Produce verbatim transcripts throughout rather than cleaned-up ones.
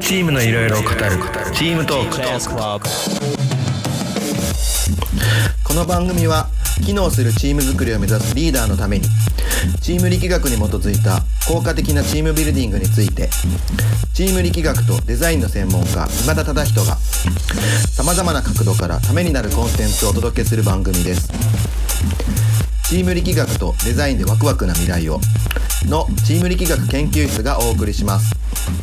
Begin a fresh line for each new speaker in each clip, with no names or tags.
チームのいろいろを語るチームトーク。
この番組は機能するチーム作りを目指すリーダーのためにチーム力学に基づいた効果的なチームビルディングについてチーム力学とデザインの専門家今田忠人がさまざまな角度からためになるコンテンツをお届けする番組です。チーム力学とデザインでワクワクな未来をのチーム力学研究室がお送りします。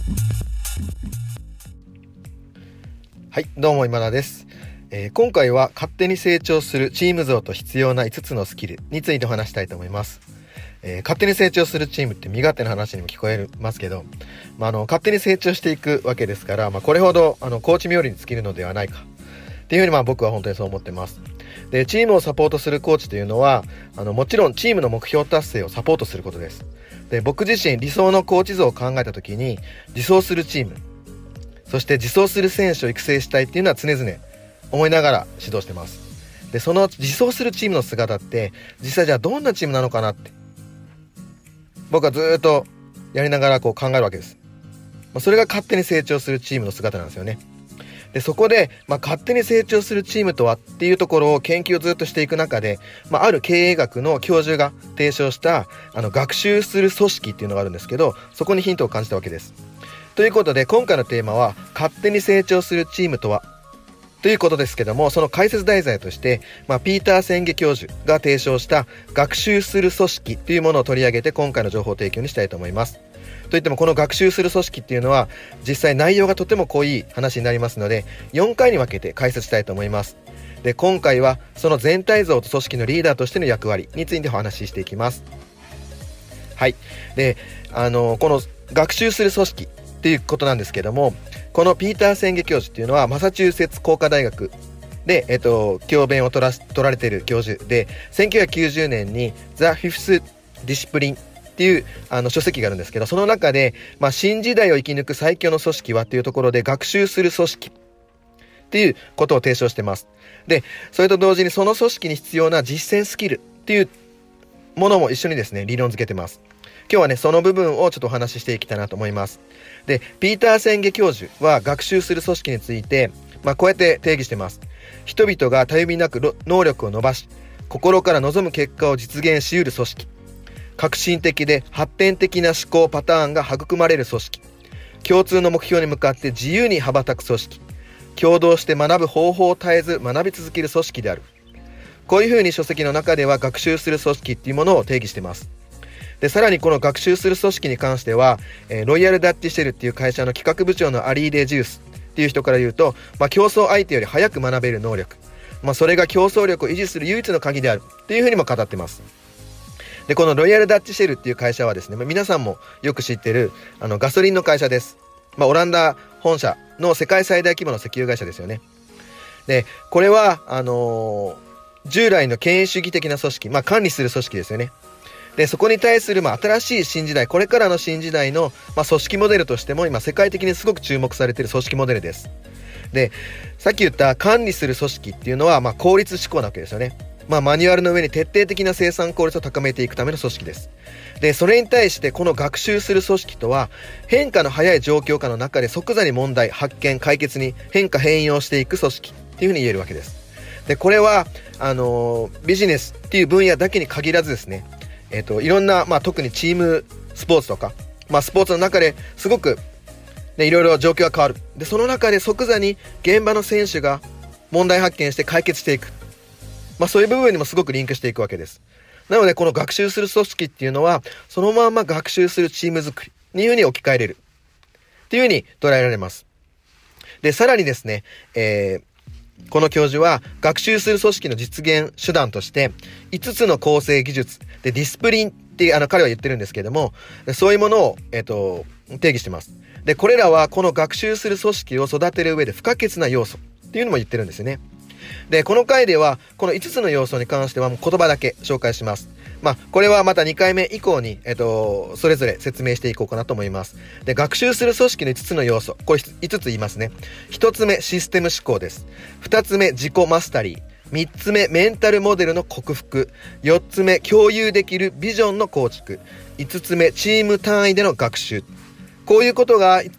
はい、どうも今田です。えー、今回は勝手に成長するチーム像と必要ないつつのスキルについてお話したいと思います。えー、勝手に成長するチームって身勝手な話にも聞こえますけど、まあ、あの勝手に成長していくわけですから、まあ、これほどあのコーチ冥利に尽きるのではないかっていうふうにまあ僕は本当にそう思ってます。で、チームをサポートするコーチというのはあのもちろんチームの目標達成をサポートすることです。で、僕自身理想のコーチ像を考えた時に自走するチーム、そして自走する選手を育成したいっていうのは常々思いながら指導してます。で、その自走するチームの姿って実際じゃあどんなチームなのかなって僕はずっとやりながらこう考えるわけです。それが勝手に成長するチームの姿なんですよね。で、そこで、まあ、勝手に成長するチームとはっていうところを研究をずっとしていく中で、まあ、ある経営学の教授が提唱したあの学習する組織っていうのがあるんですけど、そこにヒントを感じたわけです。ということで今回のテーマは勝手に成長するチームとはということですけども、その解説題材として、まあ、ピーター・センゲ教授が提唱した学習する組織というものを取り上げて今回の情報提供にしたいと思います。といってもこの学習する組織っていうのは実際内容がとても濃い話になりますのでよんかいに分けて解説したいと思います。で、今回はその全体像と組織のリーダーとしての役割についてお話ししていきます。はい。で、あのこの学習する組織っていうことなんですけども、このピーター・センゲ教授っていうのはマサチューセッツ工科大学で、えっと、教鞭を取ら取られている教授で、せんきゅうひゃくきゅうじゅうねんに The Fifth Discipline っていうあの書籍があるんですけど、その中で、まあ、新時代を生き抜く最強の組織はっていうところで学習する組織っていうことを提唱してます。で、それと同時にその組織に必要な実践スキルっていうものも一緒にですね理論付けてます。今日はねその部分をちょっとお話ししていきたいなと思います。で、ピーター・センゲ教授は学習する組織について、まあ、こうやって定義してます。人々がたゆみなく能力を伸ばし心から望む結果を実現し得る組織、革新的で発展的な思考パターンが育まれる組織、共通の目標に向かって自由に羽ばたく組織、共同して学ぶ方法を絶えず学び続ける組織である。こういうふうに書籍の中では学習する組織っていうものを定義してます。で、さらにこの学習する組織に関しては、えー、ロイヤルダッチシェルっていう会社の企画部長のアリー・デ・ジュースっていう人から言うと、まあ、競争相手より早く学べる能力、まあ、それが競争力を維持する唯一の鍵であるっていうふうにも語ってます。で、このロイヤルダッチシェルっていう会社はですね、まあ、皆さんもよく知ってるあのガソリンの会社です。まあ、オランダ本社の世界最大規模の石油会社ですよね。で、これはあのー、従来の権威主義的な組織、まあ、管理する組織ですよね。で、そこに対する、まあ、新しい新時代、これからの新時代の、まあ、組織モデルとしても今世界的にすごく注目されている組織モデルです。で、さっき言った管理する組織っていうのは、まあ、効率志向なわけですよね。まあ、マニュアルの上に徹底的な生産効率を高めていくための組織です。で、それに対してこの学習する組織とは変化の早い状況下の中で即座に問題発見解決に変化変容していく組織っていうふうに言えるわけです。で、これはあのー、ビジネスっていう分野だけに限らずですね、えっと、いろんな、まあ、特にチームスポーツとか、まあ、スポーツの中ですごく、ね、いろいろ状況が変わる。で、その中で即座に現場の選手が問題発見して解決していく。まあ、そういう部分にもすごくリンクしていくわけです。なので、この学習する組織っていうのは、そのまま学習するチーム作りにいうふうに置き換えれる。っていうふうに捉えられます。で、さらにですね、えー、この教授は学習する組織の実現手段としていつつの構成技術でディスプリンってあの彼は言ってるんですけれども、そういうものを、えっと、定義してます。で、これらはこの学習する組織を育てる上で不可欠な要素っていうのも言ってるんですよね。で、この回ではこのいつつの要素に関してはもう言葉だけ紹介します。まあ、これはまたにかいめ以降に、えっと、それぞれ説明していこうかなと思います。で、学習する組織のいつつの要素、これいつつ言いますね。ひとつめ、システム思考です。ふたつめ、自己マスタリー。みっつめ、メンタルモデルの克服。よっつめ、共有できるビジョンの構築。いつつめ、チーム単位での学習。こういうことが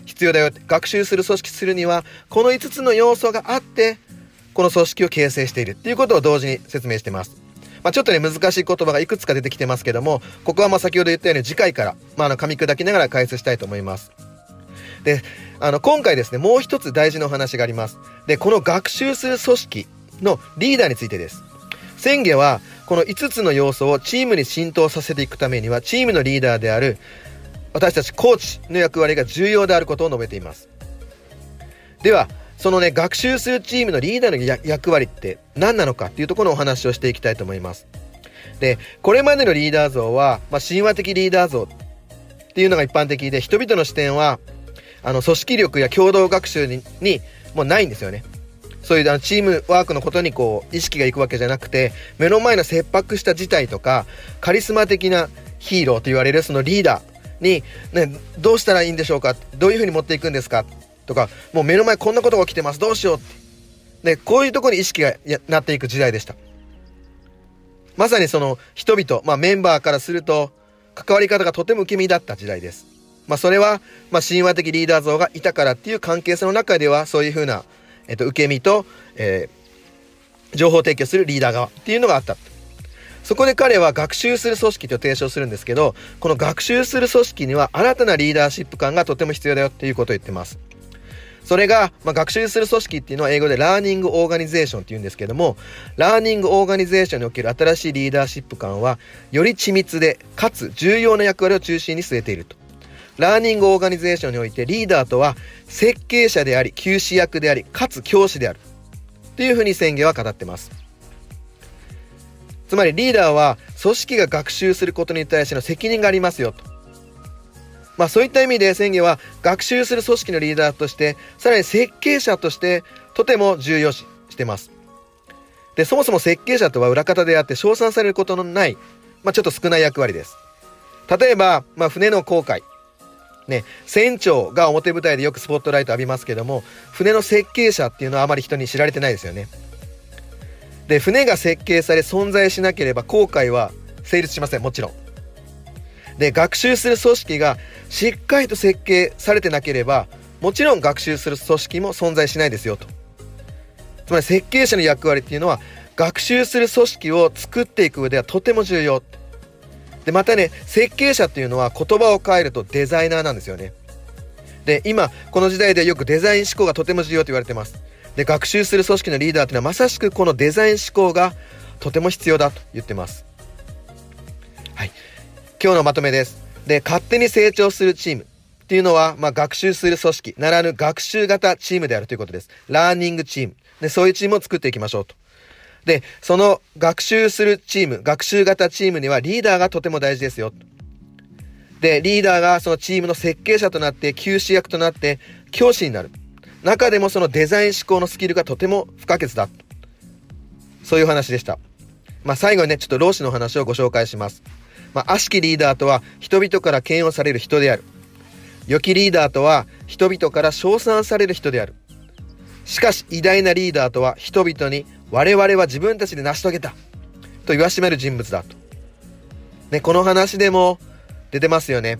必要だよって、学習する組織するにはこのいつつの要素があってこの組織を形成しているっていうことを同時に説明しています。まあ、ちょっとね難しい言葉がいくつか出てきてますけども、ここはまあ先ほど言ったように次回から、まあ、あの噛み砕きながら解説したいと思います。で、あの今回ですね、もう一つ大事なお話があります。で、この学習する組織のリーダーについてです。千家はこのいつつの要素をチームに浸透させていくためには、チームのリーダーである私たちコーチの役割が重要であることを述べています。ではそのね学習するチームのリーダーの役割って何なのかっていうところのお話をしていきたいと思います。で、これまでのリーダー像は、まあ、神話的リーダー像っていうのが一般的で、人々の視点はあの組織力や共同学習ににもうないんですよね。そういうあのチームワークのことにこう意識がいくわけじゃなくて、目の前の切迫した事態とかカリスマ的なヒーローと言われるそのリーダーに、ね、どうしたらいいんでしょうか、どういうふうに持っていくんですかとか、もう目の前こんなことが起きてます、どうしようって、ね、こういうところに意識がなっていく時代でした。まさにその人々、まあ、メンバーからすると関わり方がとても受け身だった時代です。まあ、それは、まあ、神話的リーダー像がいたからっていう関係性の中では、そういうふうな、えっと、受け身と、えー、情報提供するリーダー側っていうのがあった。そこで彼は学習する組織と提唱するんですけど、この学習する組織には新たなリーダーシップ感がとても必要だよっていうことを言ってます。それが、まあ、学習する組織っていうのは英語でラーニングオーガニゼーションっていうんですけども、ラーニングオーガニゼーションにおける新しいリーダーシップ感はより緻密でかつ重要な役割を中心に据えていると。ラーニングオーガニゼーションにおいてリーダーとは設計者であり給仕役でありかつ教師であるっていうふうに千家は語ってます。つまりリーダーは組織が学習することに対しての責任がありますよと。まあそういった意味で千家は学習する組織のリーダーとしてさらに設計者としてとても重要視してます。で、そもそも設計者とは裏方であって称賛されることのない、まあ、ちょっと少ない役割です。例えば、まあ、船の航海ね、船長が表舞台でよくスポットライト浴びますけども、船の設計者っていうのはあまり人に知られてないですよね。で、船が設計され存在しなければ航海は成立しません。もちろん。で、学習する組織がしっかりと設計されてなければもちろん学習する組織も存在しないですよと。つまり設計者の役割っていうのは学習する組織を作っていく上ではとても重要。で、またね、設計者っていうのは言葉を変えるとデザイナーなんですよね。で、今この時代でよくデザイン思考がとても重要と言われてます。で、学習する組織のリーダーっていうのはまさしくこのデザイン思考がとても必要だと言ってます。はい、今日のまとめです。で、勝手に成長するチームっていうのは、まあ、学習する組織ならぬ学習型チームであるということです。ラーニングチームで、そういうチームを作っていきましょうと。で、その学習するチーム、学習型チームにはリーダーがとても大事ですよ。で、リーダーがそのチームの設計者となって給仕役となって教師になる。中でもそのデザイン思考のスキルがとても不可欠だ。そういう話でした。まあ最後にね、ちょっと老子の話をご紹介します。まあ悪しきリーダーとは人々から嫌悪される人である。良きリーダーとは人々から称賛される人である。しかし偉大なリーダーとは人々に我々は自分たちで成し遂げたと言わしめる人物だと。ね、この話でも出てますよね。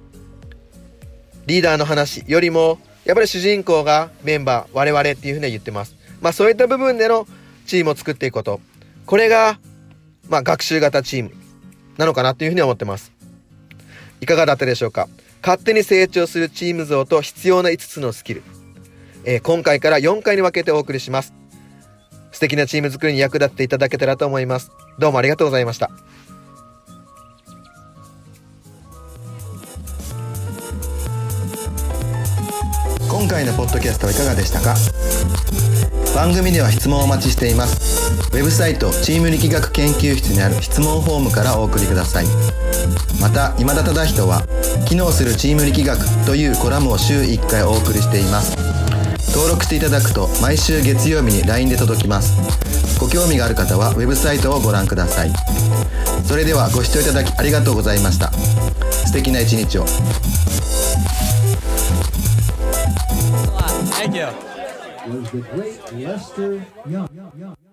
リーダーの話よりもやっぱり主人公がメンバー我々っていうふうに言ってます。まあそういった部分でのチームを作っていくこと、これがまあ学習型チームなのかなというふうに思ってます。いかがだったでしょうか。勝手に成長するチーム像と必要ないつつのスキル、えー、今回からよんかいに分けてお送りします。素敵なチーム作りに役立っていただけたらと思います。どうもありがとうございました。
今回のポッドキャストはいかがでしたか。番組では質問をお待ちしています。ウェブサイトチーム力学研究室にある質問フォームからお送りください。また今田忠人は機能するチーム力学というコラムを週いっかいお送りしています。登録していただくと毎週月曜日に ライン で届きます。ご興味がある方はウェブサイトをご覧ください。それではご視聴いただきありがとうございました。素敵な一日を。
Thank you. Was the great Lester Young.